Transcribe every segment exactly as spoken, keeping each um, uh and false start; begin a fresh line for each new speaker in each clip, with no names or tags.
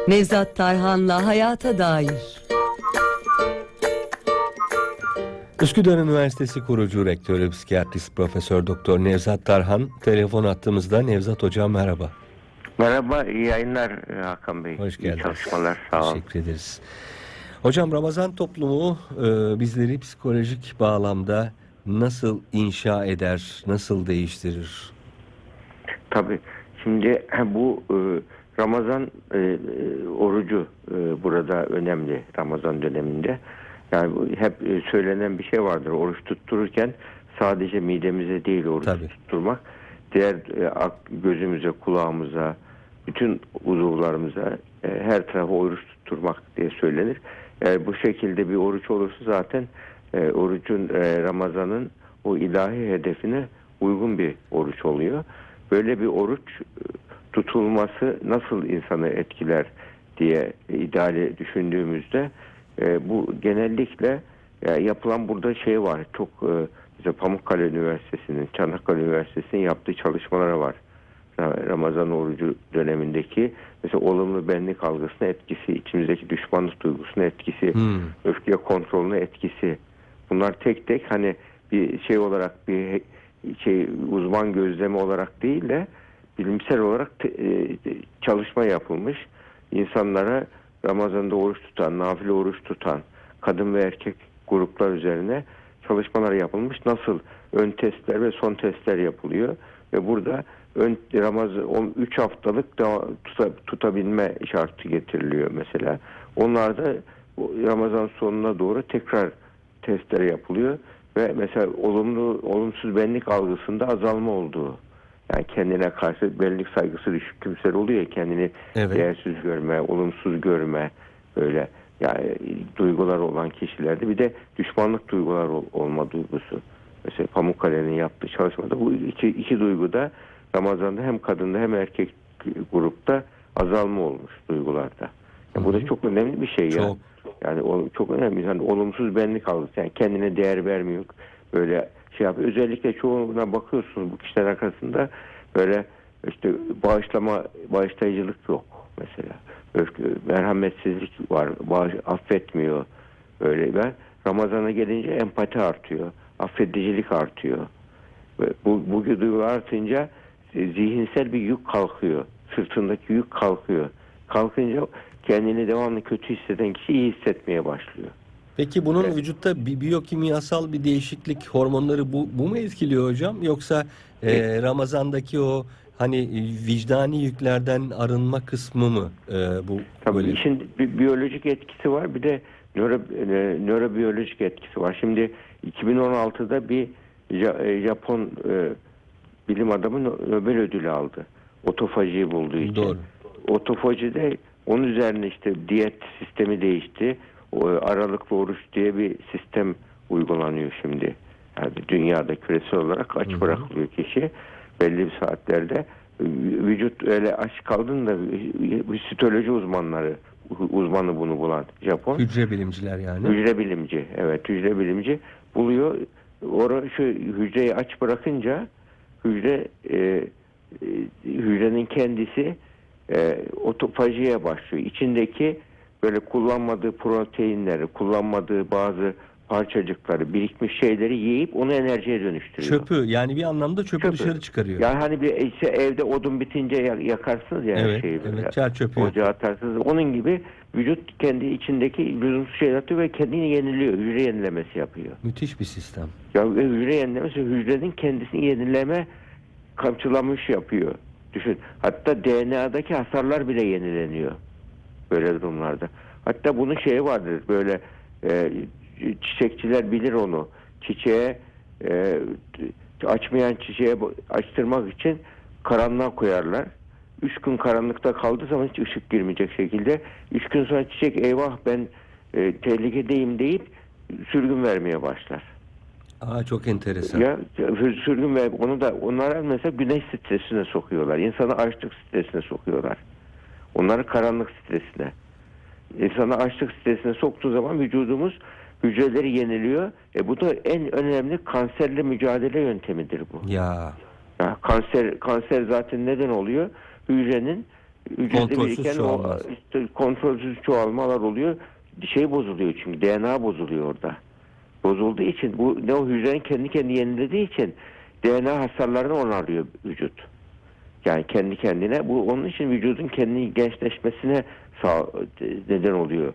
Nevzat Tarhan'la Hayata Dair.
Üsküdar Üniversitesi kurucu rektörü psikiyatrist Profesör Doktor Nevzat Tarhan telefon attığımızda. Nevzat Hocam merhaba.
Merhaba, iyi yayınlar Hakan Bey.
Hoş geldiniz.
İyi çalışmalar, sağ olun.
Teşekkür ederiz. Hocam, Ramazan toplumu e, bizleri psikolojik bağlamda nasıl inşa eder, nasıl değiştirir?
Tabii, şimdi bu e, Ramazan e, orucu e, burada önemli, Ramazan döneminde. Yani hep söylenen bir şey vardır, oruç tuttururken sadece midemize değil oruç Tabii. tutturmak, diğer e, gözümüze, kulağımıza, bütün uzuvlarımıza, e, her tarafa oruç tutturmak diye söylenir. Eğer bu şekilde bir oruç olursa zaten e, orucun, e, Ramazan'ın o ilahi hedefine uygun bir oruç oluyor. Böyle bir oruç tutulması nasıl insanı etkiler diye ideali düşündüğümüzde e, bu genellikle e, yapılan burada şey var. Çok e, mesela Pamukkale Üniversitesi'nin, Çanakkale Üniversitesi'nin yaptığı çalışmalara var. Ramazan orucu dönemindeki mesela olumlu benlik algısına etkisi, içimizdeki düşmanlık duygusuna etkisi, hmm. öfke kontrolüne etkisi. Bunlar tek tek hani bir şey olarak, bir şey uzman gözlemi olarak değil de bilimsel olarak te, e, çalışma yapılmış. İnsanlara Ramazan'da oruç tutan, nafile oruç tutan kadın ve erkek gruplar üzerine çalışmalar yapılmış. Nasıl ön testler ve son testler yapılıyor ve burada ön Ramazan üç haftalık da tuta, tutabilme şartı getiriliyor mesela. Onlar da Ramazan sonuna doğru tekrar testler yapılıyor ve mesela olumlu olumsuz benlik algısında azalma olduğu. Yani kendine karşı benlik saygısı düşük kimseler oluyor ya, kendini evet. değersiz görme, olumsuz görme, böyle yani duygular olan kişilerde bir de düşmanlık duygular ol, olma duygusu. Mesela Pamukkale'nin yaptığı çalışmada bu iki, iki duyguda Ramazan'da hem kadında hem erkek grupta azalma olmuş duygularda. Yani bu da çok önemli bir şey ya. Çok. Yani o, çok önemli. Yani olumsuz benlik algısı. Yani kendine değer vermiyor. Böyle şey yapıyor. Özellikle çoğuna bakıyorsunuz bu kişiler arasında böyle işte bağışlama, bağışlayıcılık yok mesela. Öfke, merhametsizlik var. Bağış, affetmiyor. Böyle ve Ramazan'a gelince empati artıyor. Affedicilik artıyor. Ve bu, bu duygular artınca zihinsel bir yük kalkıyor. Sırtındaki yük kalkıyor. Kalkınca kendini devamlı kötü hisseden kişi iyi hissetmeye başlıyor.
Peki bunun evet. vücutta bir biyokimyasal bir değişiklik, hormonları bu, bu mu etkiliyor hocam? Yoksa e, Ramazan'daki o hani vicdani yüklerden arınma kısmı mı e, bu?
Tabii
böyle?
işin bir biyolojik etkisi var, bir de nöro, e, nörobiyolojik etkisi var. Şimdi iki bin on altıda bir Japon e, bilim adamı Nobel ödülü aldı. Otofajiyi bulduğu için. Doğru. Otofaji de onun üzerine işte diyet sistemi değişti. O aralıklı oruç diye bir sistem uygulanıyor şimdi. Yani dünyada küresel olarak aç bırakılıyor kişi. Belli bir saatlerde vücut öyle aç kaldığında histoloji uzmanları uzmanı bunu bulan Japon.
Hücre bilimciler yani.
Hücre bilimci. Evet, hücre bilimci buluyor. Orada şu hücreyi aç bırakınca hücre e, e, hücrenin kendisi e, otofajiye başlıyor. İçindeki böyle kullanmadığı proteinleri, kullanmadığı bazı parçacıkları, birikmiş şeyleri yiyip onu enerjiye dönüştürüyor.
Çöpü, yani bir anlamda çöpü, çöpü. dışarı çıkarıyor.
Yani hani bir işte evde odun bitince yakarsınız ya
evet,
her şeyi.
Evet, çer çöpü.
Ocağa atarsınız. Onun gibi vücut kendi içindeki lüzumsuz şeyler atıyor ve kendini yeniliyor. Hücre yenilemesi yapıyor.
Müthiş bir sistem.
Ya hücre yenilemesi, hücrenin kendisini yenileme kamçılamış yapıyor. Düşün. Hatta D N A'daki hasarlar bile yenileniyor böyle durumlarda. Hatta bunun şeyi vardır, böyle e, çiçekçiler bilir onu. Çiçeğe e, açmayan çiçeğe açtırmak için karanlığa koyarlar. Üç gün karanlıkta kaldığı zaman hiç ışık girmeyecek şekilde. Üç gün sonra çiçek eyvah ben e, tehlikedeyim deyip sürgün vermeye başlar.
Aa, çok enteresan.
Ya sürgün ve onu da onlara mesela güneş stresine sokuyorlar. İnsanı açlık stresine sokuyorlar. Onları karanlık stresine. İnsanı açlık stresine soktuğu zaman vücudumuz hücreleri yeniliyor. E bu da en önemli kanserle mücadele yöntemidir bu.
Ya.
Ya kanser kanser zaten neden oluyor? Hücrenin Hücrede
Kontrolsüz
biriken o
çoğalma.
işte kontrolsüz çoğalmalar oluyor. Şey bozuluyor çünkü D N A bozuluyor orada. Bozulduğu için bu ne o hücrenin kendi kendi yenilediği için D N A hasarlarını onarlıyor vücut. Yani kendi kendine bu onun için vücudun kendi gençleşmesine sağ, neden oluyor.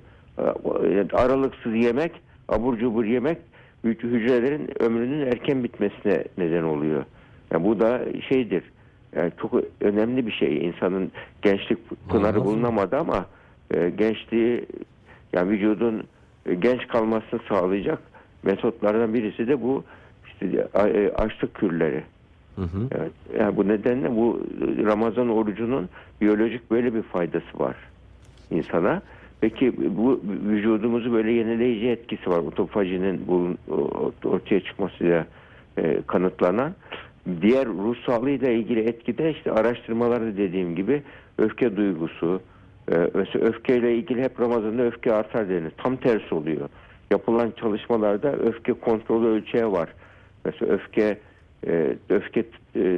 Aralıksız yemek, abur cubur yemek hücrelerin ömrünün erken bitmesine neden oluyor. Yani bu da şeydir. Yani çok önemli bir şey. İnsanın gençlik pınarı
Olmaz mı?
bulunamadı ama e, gençliği yani vücudun e, genç kalmasını sağlayacak metotlardan birisi de bu işte e, açlık kürleri.
Hı hı.
Evet, yani bu nedenle bu Ramazan orucunun biyolojik böyle bir faydası var insana. Peki bu vücudumuzu böyle yenileyici etkisi var. Otofajinin bulun, ortaya çıkmasıyla e, kanıtlanan. Diğer ruh sağlığıyla ilgili etkide işte araştırmalarda dediğim gibi öfke duygusu, e, mesela öfkeyle ilgili hep Ramazan'da öfke artar denir. Tam tersi oluyor. Yapılan çalışmalarda öfke kontrolü ölçeği var. Mesela öfke e, öfke e,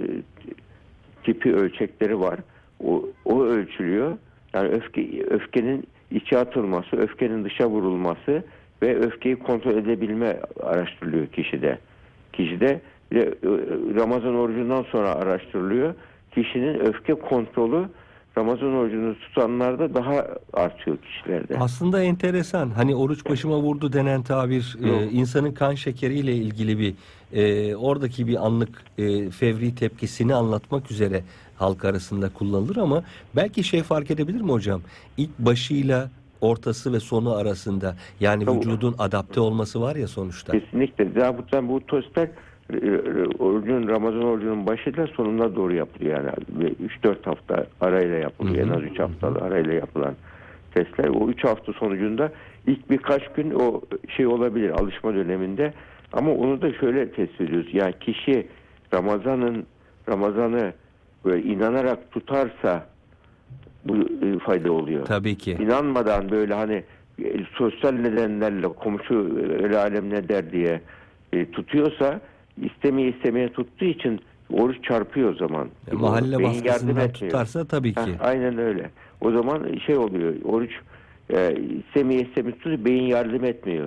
tipi ölçekleri var. O, o ölçülüyor. Yani öfke öfkenin içe atılması, öfkenin dışa vurulması ve öfkeyi kontrol edebilme araştırılıyor kişide. Kişide bir de Ramazan orucundan sonra araştırılıyor. Kişinin öfke kontrolü Ramazan orucunu tutanlarda daha artıyor kişilerde.
Aslında enteresan. Hani oruç başıma vurdu denen tabir e,
Yok.
insanın kan şekeriyle ilgili bir e, oradaki bir anlık e, fevri tepkisini anlatmak üzere halk arasında kullanılır ama belki şey fark edebilir mi hocam? İlk başıyla ortası ve sonu arasında yani
Tabii.
vücudun adapte olması var ya sonuçta.
Kesinlikle. Zaten bu testler e, e, orucun Ramazan orucunun başıyla sonuna doğru yapılıyor yani üç dört hafta arayla yapılıyor.
Hı hı.
En az üç hafta arayla yapılan testler. O üç hafta sonucunda ilk birkaç gün o şey olabilir alışma döneminde ama onu da şöyle test ediyoruz. Yani kişi Ramazan'ın Ramazan'ı böyle inanarak tutarsa bu e, fayda oluyor.
Tabii ki.
İnanmadan böyle hani e, sosyal nedenlerle komşu e, el alem ne der diye e, tutuyorsa istemeye istemeye tuttuğu için oruç çarpıyor o zaman.
E, mahalle
Beyin yardım
baskısından
etmiyor.
tutarsa tabii ki.
Heh, aynen öyle. O zaman şey oluyor. Oruç e, istemeye istemeye tutuyor. Beyin yardım etmiyor.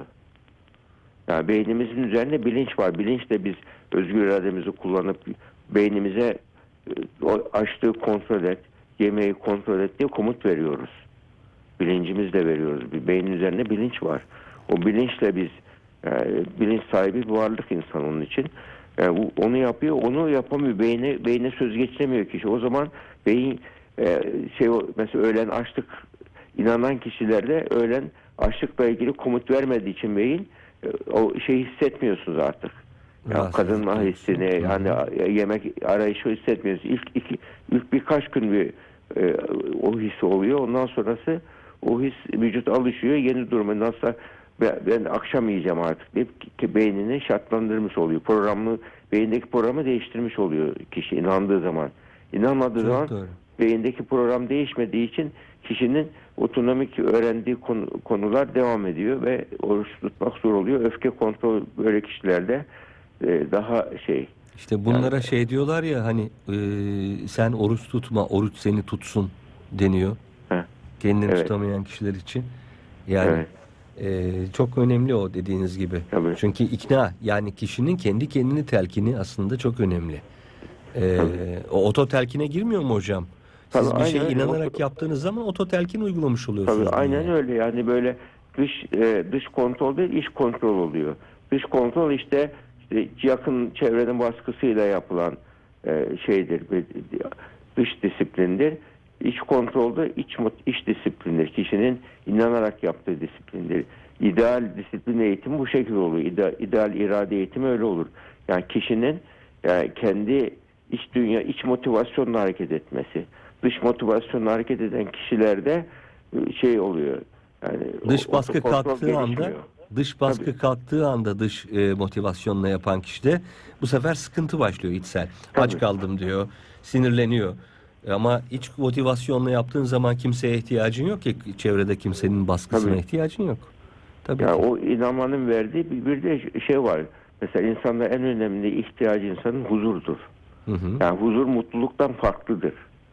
Yani beynimizin üzerinde bilinç var. Bilinçle biz özgür irademizi kullanıp beynimize e, o açlığı kontrol et, yemeği kontrol et diye komut veriyoruz. Bilincimizle veriyoruz. Bir beynin üzerinde bilinç var. O bilinçle biz e, bilinç sahibi bir varlık insan onun için. E, onu yapıyor, onu yapamıyor. Beyne, beyne söz geçiremiyor kişi. O zaman beyin e, şey mesela öğlen açlık inanan kişilerde öğlen açlıkla ilgili komut vermediği için beyin e, o şeyi hissetmiyorsunuz artık. Yani
Rahatsızlık
kadınma
duygusu.
hissini yani yemek arayışı hissetmiyoruz. İlk, iki, ilk birkaç gün bir e, o hissi oluyor. Ondan sonrası o his vücut alışıyor. Yeni duruma nasıl ben, ben akşam yiyeceğim artık deyip ki beynini şartlandırmış oluyor. Programı beyindeki programı değiştirmiş oluyor kişi inandığı zaman. İnanmadığı
Çok
zaman
doğru.
beyindeki program değişmediği için kişinin otonomik öğrendiği konu, konular devam ediyor ve oruç tutmak zor oluyor. Öfke kontrol böyle kişilerde e, daha şey.
İşte bunlara
Yani-
şey diyorlar ya hani e, sen oruç tutma, oruç seni tutsun deniyor.
Heh,
Kendini
evet.
tutamayan kişiler için. Yani e, çok önemli o dediğiniz gibi.
Tabii.
Çünkü ikna yani kişinin kendi kendini telkini aslında çok önemli. E, o oto telkine girmiyor mu hocam? Siz
Tabii,
bir şey
aynen öyle.
inanarak
Oto-
yaptığınız zaman oto telkin uygulamış oluyorsunuz.
Tabii aynen
dünyaya.
öyle yani böyle dış e, dış kontrol değil iç kontrol oluyor. Dış kontrol işte, işte yakın çevrenin baskısıyla yapılan e, şeydir, bir dış disiplindir. İç kontrolde iç iç disiplindir. Kişinin inanarak yaptığı disiplindir. İdeal disiplin eğitimi bu şekilde oluyor. İdeal, ideal irade eğitimi öyle olur. Yani kişinin yani kendi iç dünya, iç motivasyonla hareket etmesi. Dış motivasyonla hareket eden kişilerde şey oluyor. Yani
Dış
o-
baskı
otokontrol
kalktığı anda
gelişmiyor.
dış baskı
Tabii.
kalktığı anda dış e, motivasyonla yapan kişide bu sefer sıkıntı başlıyor içsel. Aç
Tabii.
kaldım diyor, sinirleniyor. Ama iç motivasyonla yaptığın zaman kimseye ihtiyacın yok ki çevrede kimsenin baskısına
Tabii.
ihtiyacın yok. Tabii
Yani
ki.
o inanmanın verdiği bir, bir de şey var. Mesela insanda en önemli ihtiyacı insanın huzurdur.
Hı hı.
Yani huzur mutluluktan farklıdır.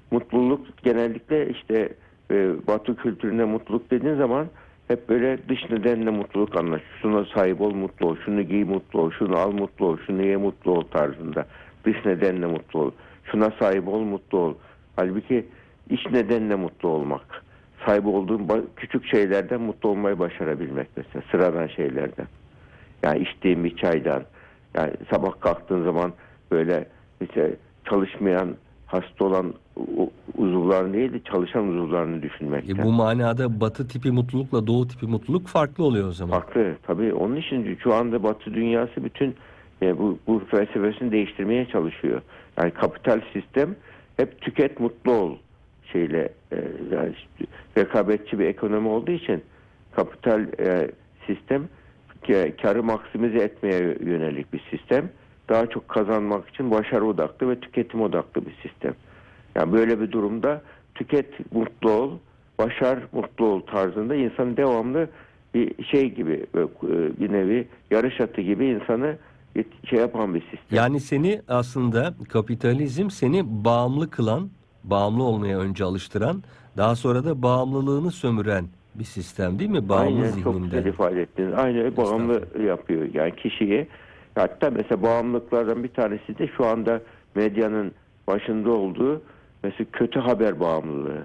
mutluluk genellikle işte e, Batı kültüründe mutluluk dediğin zaman hep böyle dış nedenle mutluluk anlaşılıyor. Şuna sahip ol, mutlu ol, şunu giy, mutlu ol, şunu al, mutlu ol, şunu ye, mutlu ol tarzında. Dış nedenle mutlu ol. Şuna sahip ol, mutlu ol. Halbuki iç nedenle mutlu olmak. Sahip olduğun küçük şeylerden mutlu olmayı başarabilmek mesela. Sıradan şeylerden. Yani içtiğin bir çaydan. Yani sabah kalktığın zaman böyle işte çalışmayan, hasta olan uzuvlarını değil de çalışan uzuvlarını düşünmekten.
E bu manada batı tipi mutlulukla doğu tipi mutluluk farklı oluyor o zaman.
Farklı tabii. Onun için şu anda batı dünyası bütün e, bu, bu felsefesini değiştirmeye çalışıyor. Yani kapital sistem hep tüket mutlu ol şeyle e, yani işte, rekabetçi bir ekonomi olduğu için kapital e, sistem karı maksimize etmeye yönelik bir sistem. Daha çok kazanmak için başarı odaklı ve tüketim odaklı bir sistem. Yani böyle bir durumda tüket mutlu ol, başar mutlu ol tarzında insanı devamlı bir şey gibi, bir nevi yarış atı gibi insanı şey yapan bir sistem.
Yani seni aslında kapitalizm seni bağımlı kılan, bağımlı olmaya önce alıştıran, daha sonra da bağımlılığını sömüren bir sistem değil mi? Bağımlı
Aynen,
zihninden.
çok güzel ifade ettiniz. Aynı bağımlı yapıyor yani kişiyi. Hatta mesela bağımlılıklardan bir tanesi de şu anda medyanın başında olduğu mesela kötü haber bağımlılığı.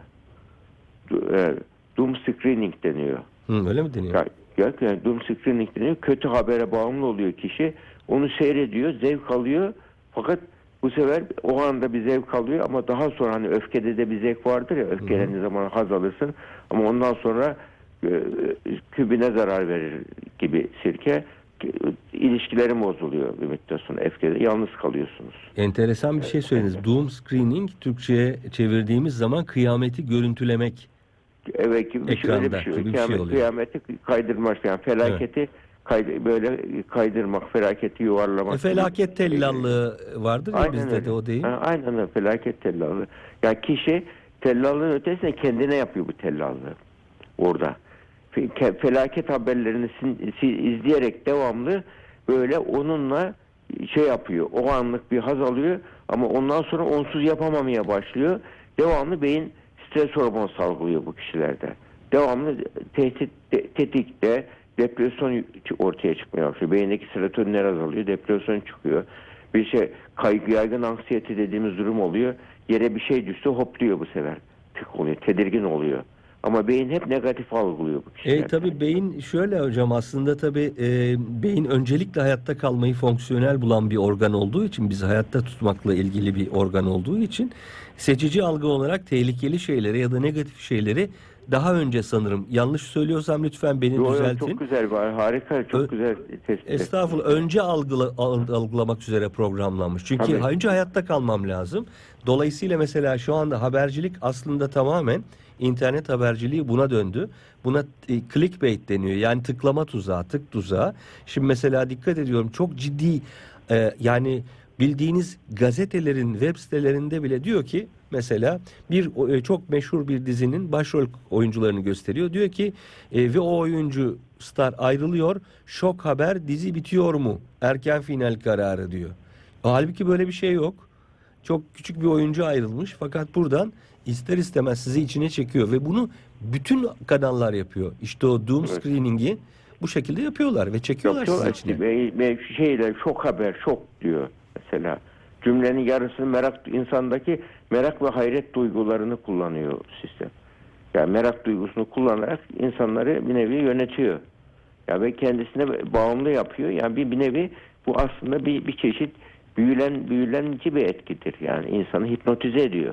Doom screening deniyor.
Hı, öyle mi deniyor?
Yani, yani doom screening deniyor. Kötü habere bağımlı oluyor kişi. Onu seyrediyor, zevk alıyor. Fakat bu sefer o anda bir zevk alıyor ama daha sonra hani öfkede de bir zevk vardır ya, öfkelendiği zaman haz alırsın ama ondan sonra e, kübüne zarar verir gibi sirke, ilişkilerin bozuluyor bir müddet sonra, öfkede yalnız kalıyorsunuz.
Enteresan bir şey söylediniz. Doom screening Türkçe'ye çevirdiğimiz zaman kıyameti görüntülemek.
Evet, gibi bir şey, öyle bir şey.
Gibi bir
Kıyamet,
şey oluyor.
kıyameti kaydırmak yani felaketi evet. kaydı, böyle kaydırmak, felaketi yuvarlamak.
E, felaket tellallığı vardır ya, bizde
öyle.
de o değil.
Ha, aynen öyle, felaket tellallığı. Yani kişi tellallığın ötesine kendine yapıyor bu tellallığı orada. Fe, felaket haberlerini sin, sin, izleyerek devamlı böyle onunla şey yapıyor. O anlık bir haz alıyor ama ondan sonra onsuz yapamamaya başlıyor. Devamlı beyin stres hormonu salgılıyor bu kişilerde. Devamlı tehdit, te, tetikte depresyon ortaya çıkmaya başlıyor. Beyindeki serotoninler azalıyor, depresyon çıkıyor. Bir şey kaygı, yaygın anksiyete dediğimiz durum oluyor. Yere bir şey düşse hopluyor bu sefer. Tık oluyor, tedirgin oluyor. Ama beyin hep negatif algılıyor bu kişiler.
E tabii beyin şöyle hocam, aslında tabii e, beyin öncelikle hayatta kalmayı fonksiyonel bulan bir organ olduğu için, bizi hayatta tutmakla ilgili bir organ olduğu için seçici algı olarak tehlikeli şeyleri ya da negatif şeyleri daha önce, sanırım yanlış söylüyorsam lütfen beni
Yo,
düzeltin.
Çok güzel var, harika, çok Ö güzel tespit.
Estağfurullah, önce algıla, algılamak üzere programlanmış. Çünkü
Tabii.
önce hayatta kalmam lazım. Dolayısıyla mesela şu anda habercilik aslında tamamen, internet haberciliği buna döndü. Buna e, clickbait deniyor. Yani tıklama tuzağı, tık tuzağı. Şimdi mesela dikkat ediyorum, çok ciddi e, yani bildiğiniz gazetelerin web sitelerinde bile diyor ki, mesela bir e, çok meşhur bir dizinin başrol oyuncularını gösteriyor. Diyor ki e, ve o oyuncu star ayrılıyor. Şok haber, dizi bitiyor mu? Erken final kararı diyor. Halbuki böyle bir şey yok. Çok küçük bir oyuncu ayrılmış fakat buradan ister istemez sizi içine çekiyor ve bunu bütün kanallar yapıyor. İşte o doom
Evet.
screening'i bu şekilde yapıyorlar ve çekiyorlar sizi içine.
Ve, ve şeyler, şok haber, şok diyor mesela. Cümlenin yarısını merak, insandaki merak ve hayret duygularını kullanıyor sistem. Yani merak duygusunu kullanarak insanları bir nevi yönetiyor. Ya ve kendisine bağımlı yapıyor. Yani bir, bir nevi bu aslında bir, bir çeşit büyülen büyülenici bir etkidir. Yani insanı hipnotize ediyor.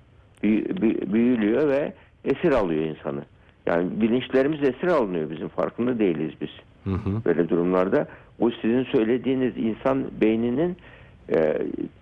Büyü, büyü, büyülüyor ve esir alıyor insanı. Yani bilinçlerimiz esir alınıyor, bizim farkında değiliz biz.
Hı hı.
Böyle durumlarda bu sizin söylediğiniz insan beyninin e,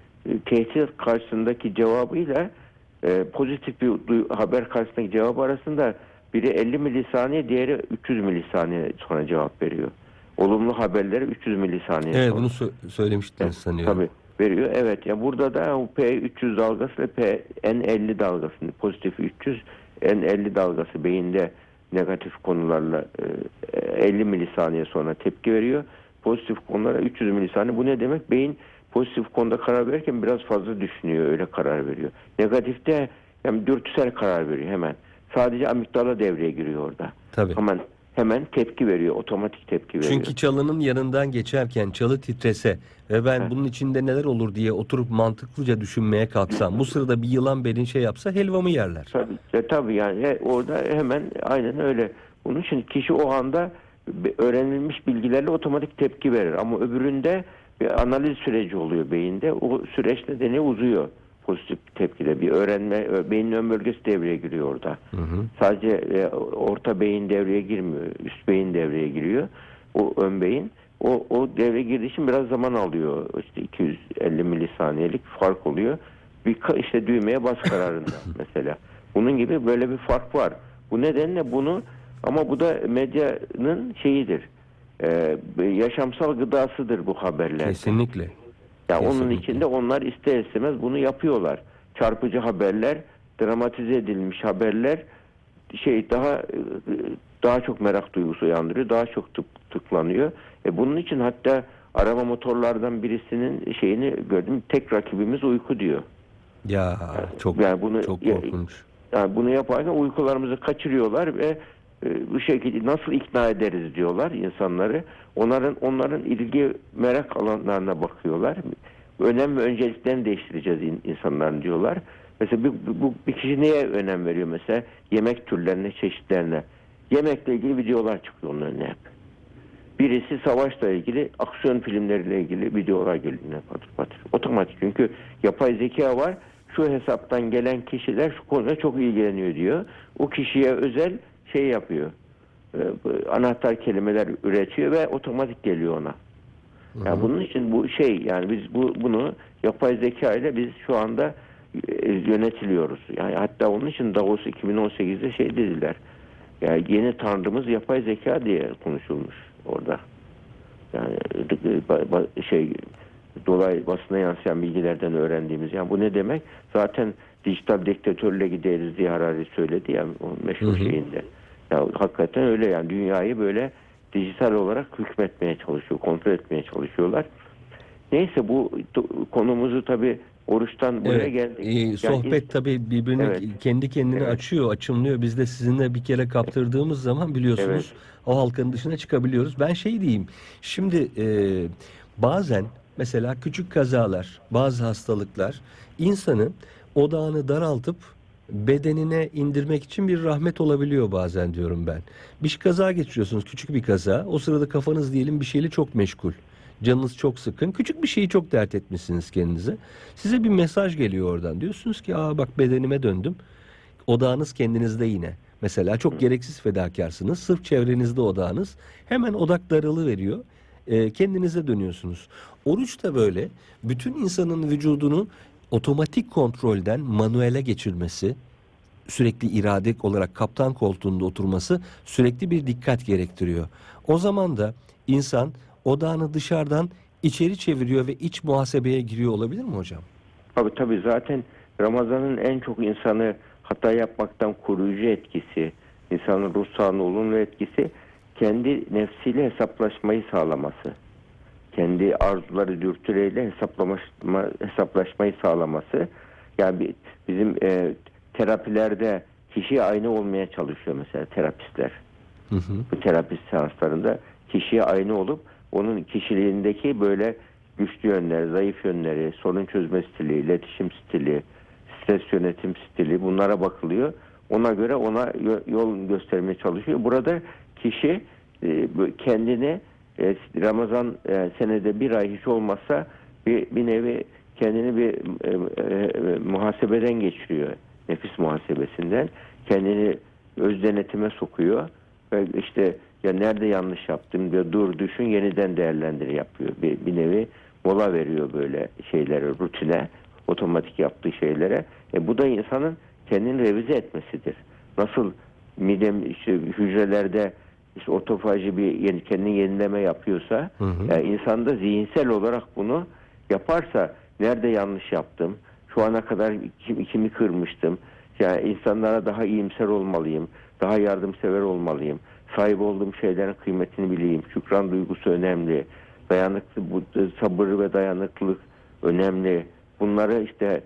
tehdit karşısındaki cevabıyla e, pozitif bir haber karşısındaki cevabı arasında biri elli milisaniye, diğeri üç yüz milisaniye sonra cevap veriyor. Olumlu haberleri üç yüz milisaniye
Evet,
sonra.
bunu sö- söylemiştiniz evet, sanıyorum.
Tabii veriyor. Evet. Ya yani burada da P üç yüz dalgası ve P N elli dalgası, pozitif üç yüz, N elli dalgası beyinde negatif konularla e, elli milisaniye sonra tepki veriyor. Pozitif konulara üç yüz milisaniye. Bu ne demek? Beyin pozitif konuda karar verirken biraz fazla düşünüyor, öyle karar veriyor. Negatifte hem dürtüsel karar veriyor hemen. Sadece amigdala devreye giriyor orada.
Tabii.
Hemen hemen tepki veriyor, otomatik tepki veriyor.
Çünkü çalının yanından geçerken çalı titrese ve ben
Heh.
bunun içinde neler olur diye oturup mantıklıca düşünmeye kalksam, bu sırada bir yılan beni şey yapsa helvamı yerler.
Tabii, e, tabii yani he- orada hemen aynen öyle. Bunun için kişi o anda öğrenilmiş bilgilerle otomatik tepki verir. Ama öbüründe bir analiz süreci oluyor beyinde. O süreç nedeni uzuyor. Pozitif tepkide bir öğrenme, beynin ön bölgesi devreye giriyor orada.
Hı hı.
Sadece e, orta beyin devreye girmiyor. Üst beyin devreye giriyor. O ön beyin. O, o devreye girdiği için biraz zaman alıyor. İşte iki yüz elli milisaniyelik fark oluyor. Bir ka- işte düğmeye bas kararında mesela. Bunun gibi böyle bir fark var. Bu nedenle bunu, ama bu da medyanın şeyidir. Ee, yaşamsal gıdasıdır bu haberler.
Kesinlikle.
Ya onun
Kesinlikle.
içinde onlar ister istemez bunu yapıyorlar. Çarpıcı haberler, dramatize edilmiş haberler şey daha daha çok merak duygusu uyandırıyor, daha çok tık, tıklanıyor. E bunun için hatta arama motorlardan birisinin şeyini gördüm. Tek rakibimiz uyku diyor.
Ya çok
Yani bunu
çok
ya-
korkunç.
Yani bunu yaparken uykularımızı kaçırıyorlar ve e, bu şekilde nasıl ikna ederiz diyorlar insanları. Onların onların ilgi merak alanlarına bakıyorlar. Önem ve önceliklerini değiştireceğiz in, insanların diyorlar. Mesela bu, bu bir kişi neye önem veriyor mesela? Yemek türlerine, çeşitlerine. Yemekle ilgili videolar çıkıyor onun önüne hep. Birisi savaşla ilgili, aksiyon filmleriyle ilgili videolar geliyor patır patır. Otomatik, çünkü yapay zeka var. Şu hesaptan gelen kişiler şu konuda çok ilgileniyor diyor. O kişiye özel şey yapıyor. Ee, anahtar kelimeler üretiyor ve otomatik geliyor ona. Yani bunun için bu şey, yani biz bu bunu yapay zeka ile biz şu anda e, yönetiliyoruz. Yani hatta onun için Davos iki bin on sekizde şey dediler. Yani yeni tanrımız yapay zeka diye konuşulmuş orada. Yani şey dolay basına yansıyan bilgilerden öğrendiğimiz. Yani bu ne demek? Zaten dijital diktatörle gideriz diye Harari söyledi ya, o meşhur
Hı hı.
şeyinde. Ya hakikaten öyle, yani dünyayı böyle dijital olarak hükmetmeye çalışıyor, kontrol etmeye çalışıyorlar. Neyse, bu konumuzu tabii oruçtan buraya
Evet,
geldik.
e,
Yani
sohbet
is-
tabii birbirini
Evet.
kendi kendine
Evet.
açıyor, açımlıyor. Biz de sizinle bir kere kaptırdığımız zaman biliyorsunuz o halkanın dışına çıkabiliyoruz. Ben şey diyeyim, şimdi e, bazen mesela küçük kazalar, bazı hastalıklar insanı odağını daraltıp bedenine indirmek için bir rahmet olabiliyor bazen diyorum ben. Bir kaza geçiriyorsunuz, küçük bir kaza. O sırada kafanız diyelim bir şeyle çok meşgul. Canınız çok sıkın. Küçük bir şeyi çok dert etmişsiniz kendinize. Size bir mesaj geliyor oradan. Diyorsunuz ki aa bak bedenime döndüm. Odağınız kendinizde yine. Mesela çok gereksiz fedakarsınız. Sırf çevrenizde odağınız. Hemen odak darılıveriyor. Ee, kendinize dönüyorsunuz. Oruç da böyle. Bütün insanın vücudunu otomatik kontrolden manuele geçirmesi, sürekli irade olarak kaptan koltuğunda oturması sürekli bir dikkat gerektiriyor. O zaman da insan odağını dışarıdan içeri çeviriyor ve iç muhasebeye giriyor olabilir mi hocam?
Tabii tabii, zaten Ramazan'ın en çok insanı hata yapmaktan koruyucu etkisi, insanın ruh sağlığına olumlu etkisi, kendi nefsiyle hesaplaşmayı sağlaması. Kendi arzuları, dürtüleriyle hesaplama, hesaplaşmayı sağlaması. Yani bir, bizim e, terapilerde kişiye aynı olmaya çalışıyor mesela terapistler.
Hı hı.
Bu terapi seanslarında kişiye aynı olup onun kişiliğindeki böyle güçlü yönleri, zayıf yönleri, sorun çözme stili, iletişim stili, stres yönetim stili, bunlara bakılıyor. Ona göre ona yol göstermeye çalışıyor. Burada kişi kendini Ramazan senede bir ay hiç olmazsa bir, bir nevi kendini bir e, e, muhasebeden geçiriyor. Nefis muhasebesinden. Kendini öz denetime sokuyor. Ve işte ya nerede yanlış yaptım diyor, dur düşün, yeniden değerlendir yapıyor. Bir, bir nevi mola veriyor böyle şeylere, rutine, otomatik yaptığı şeylere. E bu da insanın kendini revize etmesidir. Nasıl midem işte hücrelerde işte otofaji bir yeni, kendini yenileme yapıyorsa,
Hı hı.
yani insan da zihinsel olarak bunu yaparsa, nerede yanlış yaptım, şu ana kadar kim, kimi kırmıştım, yani insanlara daha iyimser olmalıyım, daha yardımsever olmalıyım, sahip olduğum şeylerin kıymetini bileyim, şükran duygusu önemli, dayanıklı, bu sabır ve dayanıklılık önemli. Bunları işte, işte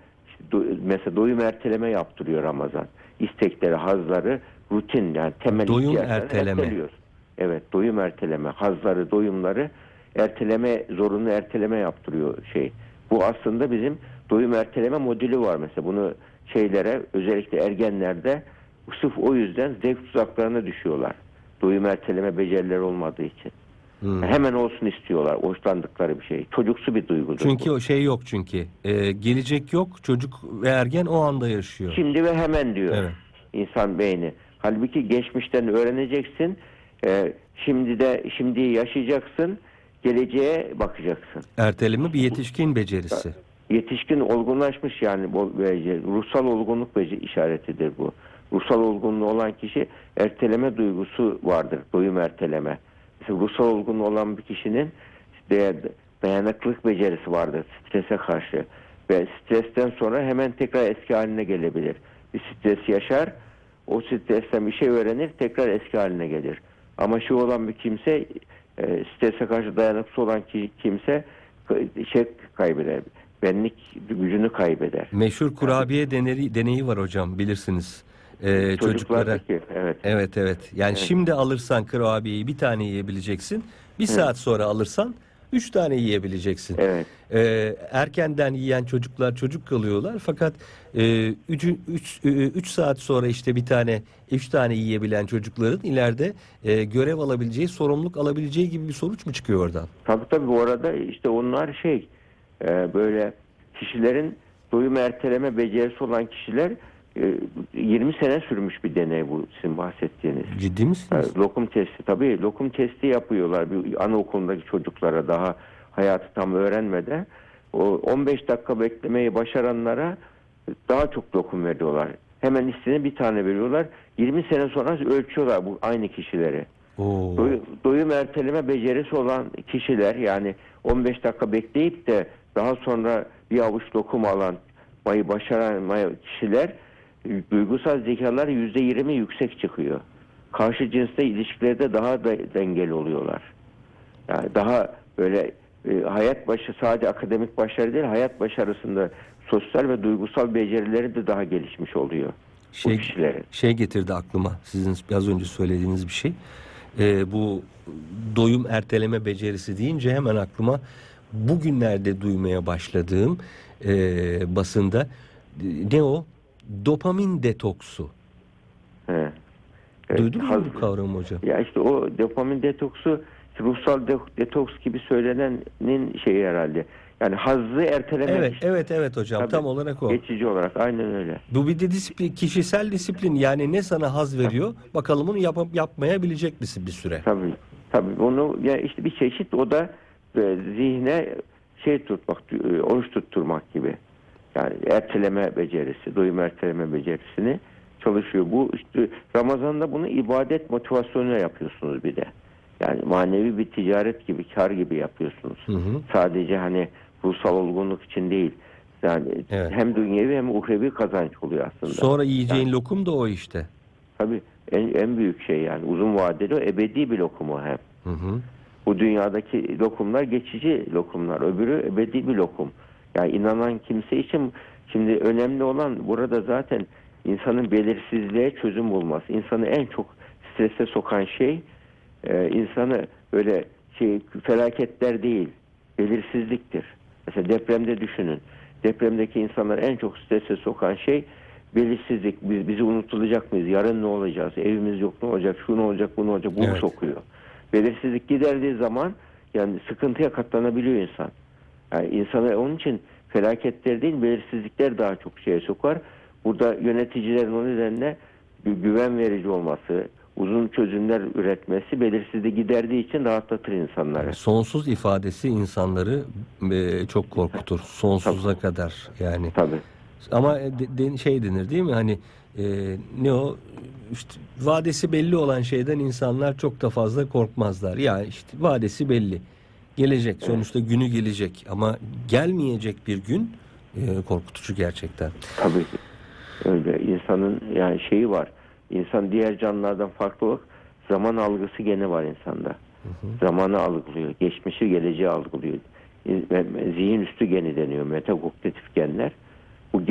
do- mesela doyum erteleme yaptırıyor Ramazan. İstekleri, hazları, rutin yani temel
Doyum
ihtiyaçları
erteleme.
erteliyor. Evet, doyum erteleme, hazları, doyumları erteleme, zorunlu erteleme yaptırıyor şey. Bu aslında bizim doyum erteleme modülü var mesela. Bunu şeylere, özellikle ergenlerde sırf o yüzden zevk tuzaklarına düşüyorlar. Doyum erteleme becerileri olmadığı için.
Hmm.
Hemen olsun istiyorlar, hoşlandıkları bir şey. Çocuksu bir duygudur
Çünkü
bu.
o şey yok çünkü. Ee, gelecek yok. Çocuk ve ergen o anda yaşıyor.
Şimdi ve hemen diyor
Evet.
insan beyni. Halbuki geçmişten öğreneceksin. Ee, şimdi de şimdi yaşayacaksın. Geleceğe bakacaksın.
Erteleme bir yetişkin becerisi.
Yetişkin olgunlaşmış yani bu beceri, ruhsal olgunluk beceri işaretidir bu. Ruhsal olgunluğu olan kişi erteleme duygusu vardır. Doyum erteleme. Mesela ruhsal olgunluğu olan bir kişinin de- dayanıklılık becerisi vardır strese karşı. Ve stresten sonra hemen tekrar eski haline gelebilir. Bir stres yaşar, o stresten bir şey öğrenir, tekrar eski haline gelir. Ama şu olan bir kimse, e, strese karşı dayanıksız olan ki- kimse şey kaybeder. Benlik gücünü kaybeder.
Meşhur kurabiye deneyi, deneyi var hocam, bilirsiniz. Ee, çocuklara.
Çocuklardaki, evet.
Evet evet. Yani
Evet.
şimdi alırsan kurabiyeyi bir tane yiyebileceksin. Bir
Evet.
saat sonra alırsan üç tane yiyebileceksin.
Evet.
Ee, erkenden yiyen çocuklar çocuk kalıyorlar. Fakat e, üç, üç, üç saat sonra işte bir tane, üç tane yiyebilen çocukların ileride e, görev alabileceği, sorumluluk alabileceği gibi bir sonuç mu çıkıyor oradan?
Tabii tabii bu arada işte onlar şey e, böyle kişilerin doyum erteleme becerisi olan kişiler e, yirmi sene sürmüş bir deney bu sizin bahsettiğiniz.
Ciddi misiniz?
Yani lokum testi tabii lokum testi yapıyorlar bir anaokulundaki çocuklara daha hayatı tam öğrenmeden. O on beş dakika beklemeyi başaranlara daha çok lokum veriyorlar. Hemen istediğine bir tane veriyorlar. yirmi sene sonra ölçüyorlar bu aynı kişileri.
Oo.
Doy, doyum erteleme becerisi olan kişiler yani on beş dakika bekleyip de daha sonra bir avuç lokum alan mayı başaran kişiler duygusal zekalar yüzde yirmi yüksek çıkıyor. Karşı cinsle ilişkilerde daha da dengeli oluyorlar. Yani daha böyle e, hayat başı sadece akademik başarı değil hayat başarısında sosyal ve duygusal becerileri de daha gelişmiş oluyor.
Şey,
bu kişilerin.
şey getirdi aklıma sizin az önce söylediğiniz bir şey. Ee, bu doyum erteleme becerisi deyince hemen aklıma bugünlerde duymaya başladığım e, basında e, ne o? Dopamin detoksu.
He. Evet,
Duydun mu
haz-
bu kavramı hocam?
Ya işte o dopamin detoksu ruhsal de- detoks gibi söylenenin şeyi herhalde. Yani hazzı ertelemek.
Evet, evet, evet hocam.
Tabii,
Tam olarak o.
geçici olarak aynen öyle.
Bu bir de disiplin, kişisel disiplin. Yani ne sana haz veriyor? Bakalım onu yap yapmayabilecek misin bir süre?
Tabii. Tabii onu ya işte bir çeşit o da e, zihne şey tutmak, e, oruç tutturmak gibi. Yani erteleme becerisi, doyum erteleme becerisini çalışıyor. Bu işte Ramazan'da bunu ibadet motivasyonuyla yapıyorsunuz bir de. Yani manevi bir ticaret gibi, kar gibi yapıyorsunuz.
Hı hı.
Sadece hani ruhsal olgunluk için değil. Yani
Evet.
hem dünyevi hem uhrevi kazanç oluyor aslında.
Sonra yiyeceğin
Yani,
lokum da o işte.
tabii en, en büyük şey yani uzun vadeli o ebedi bir lokumu hem.
Hı hı.
Bu dünyadaki lokumlar geçici lokumlar. Öbürü ebedi bir lokum. Yani inanan kimse için şimdi önemli olan burada zaten insanın belirsizliğe çözüm bulması. İnsanı en çok strese sokan şey e, insanı öyle şey felaketler değil, belirsizliktir. Mesela depremde düşünün. Depremdeki insanlar en çok strese sokan şey belirsizlik. Biz, bizi unutulacak mıyız? Yarın ne olacağız? Evimiz yok, ne olacak? Şu ne olacak? Bu ne olacak? Bu
Evet.
sokuyor. Belirsizlik giderdiği zaman yani sıkıntıya katlanabiliyor insan. Yani insanı onun için felaketler değil belirsizlikler daha çok şeye sokar. Burada yöneticilerin o nedenle gü- güven verici olması, uzun çözümler üretmesi belirsizliği giderdiği için rahatlatır insanları.
Sonsuz ifadesi insanları e, çok korkutur. Sonsuza kadar yani.
Tabii.
Ama de, de- şey denir değil mi? Hani e, ne o? İşte vadesi belli olan şeyden insanlar çok da fazla korkmazlar. Ya işte vadesi belli. Gelecek. Sonuçta günü gelecek. Ama gelmeyecek bir gün e, korkutucu gerçekten.
Tabii ki. Öyle insanın yani şeyi var. İnsan diğer canlılardan farklı olarak zaman algısı gene var insanda.
Hı hı.
Zamanı algılıyor. Geçmişi, geleceği algılıyor. Zihin üstü geni deniyor. Metakognitif genler. Bu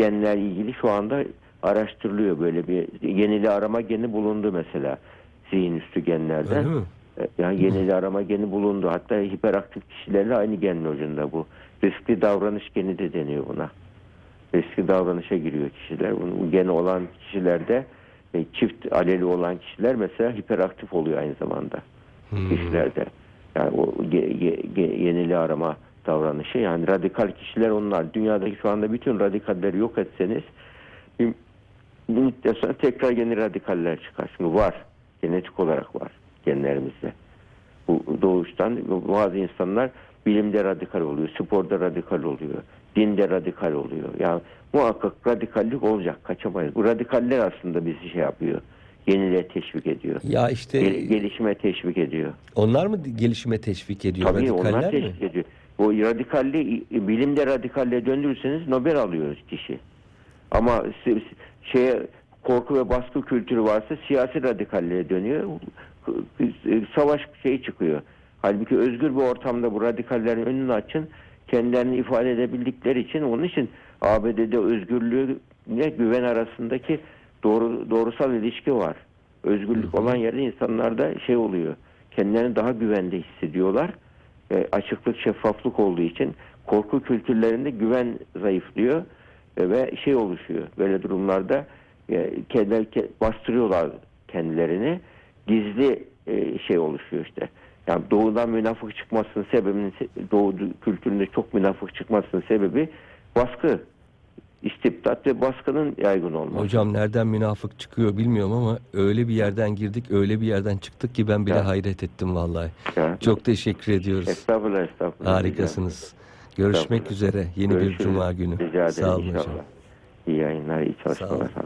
genler ilgili şu anda araştırılıyor. Böyle bir yenili arama geni bulundu mesela zihin üstü genlerden.
Öyle mi?
Yani yenili arama geni bulundu. Hatta hiperaktif kişilerle aynı gen ucunda bu. Riskli davranış geni de deniyor buna. Riskli davranışa giriyor kişiler. Bunun geni olan kişilerde e, çift aleli olan kişiler mesela hiperaktif oluyor aynı zamanda. Hmm. Kişilerde. Yani o ge, ge, ge, yenili arama davranışı. Yani radikal kişiler onlar. Dünyadaki şu anda bütün radikalleri yok etseniz bir müddet sonra tekrar yeni radikaller çıkar. Şimdi var. Genetik olarak var genlerimizde. Bu doğuştan bazı insanlar bilimde radikal oluyor, sporda radikal oluyor, dinde radikal oluyor. Yani muhakkak radikallik olacak, kaçamayız. Bu radikaller aslında bizi şey yapıyor, yeniliğe teşvik ediyor.
Ya işte
Gel, gelişime teşvik ediyor.
Onlar mı gelişime teşvik ediyor?
Tabii
radikaller
onlar teşvik
mi?
ediyor. O radikalliği bilimde radikalliğe döndürürseniz Nobel alıyoruz kişi. Ama şeye korku ve baskı kültürü varsa siyasi radikalliğe dönüyor. Savaş şeyi çıkıyor. Halbuki özgür bir ortamda bu radikallerin önünü açın, kendilerini ifade edebildikleri için, onun için A B D'de özgürlüğe güven arasındaki doğru, doğrusal ilişki var. Özgürlük olan yerde insanlarda şey oluyor. Kendilerini daha güvende hissediyorlar. E, açıklık, şeffaflık olduğu için korku kültürlerinde güven zayıflıyor e, ve şey oluşuyor. Böyle durumlarda e, kendileri bastırıyorlar kendilerini. Gizli e, şey oluşuyor işte. Yani doğudan münafık çıkmasının sebebinin, doğu kültüründe çok münafık çıkmasının sebebi baskı, istibdat ve baskının yaygın olması.
Hocam nereden münafık çıkıyor bilmiyorum ama öyle bir yerden girdik, öyle bir yerden çıktık ki ben bile ya. hayret ettim vallahi. Ya. Çok teşekkür ediyoruz.
Estağfurullah, estağfurullah.
Harikasınız. Görüşmek üzere yeni Görüşürüz. bir cuma günü.
Rica ederim.
Sağ olun
inşallah.
hocam.
İyi yayınlar, iyi çalışmalar.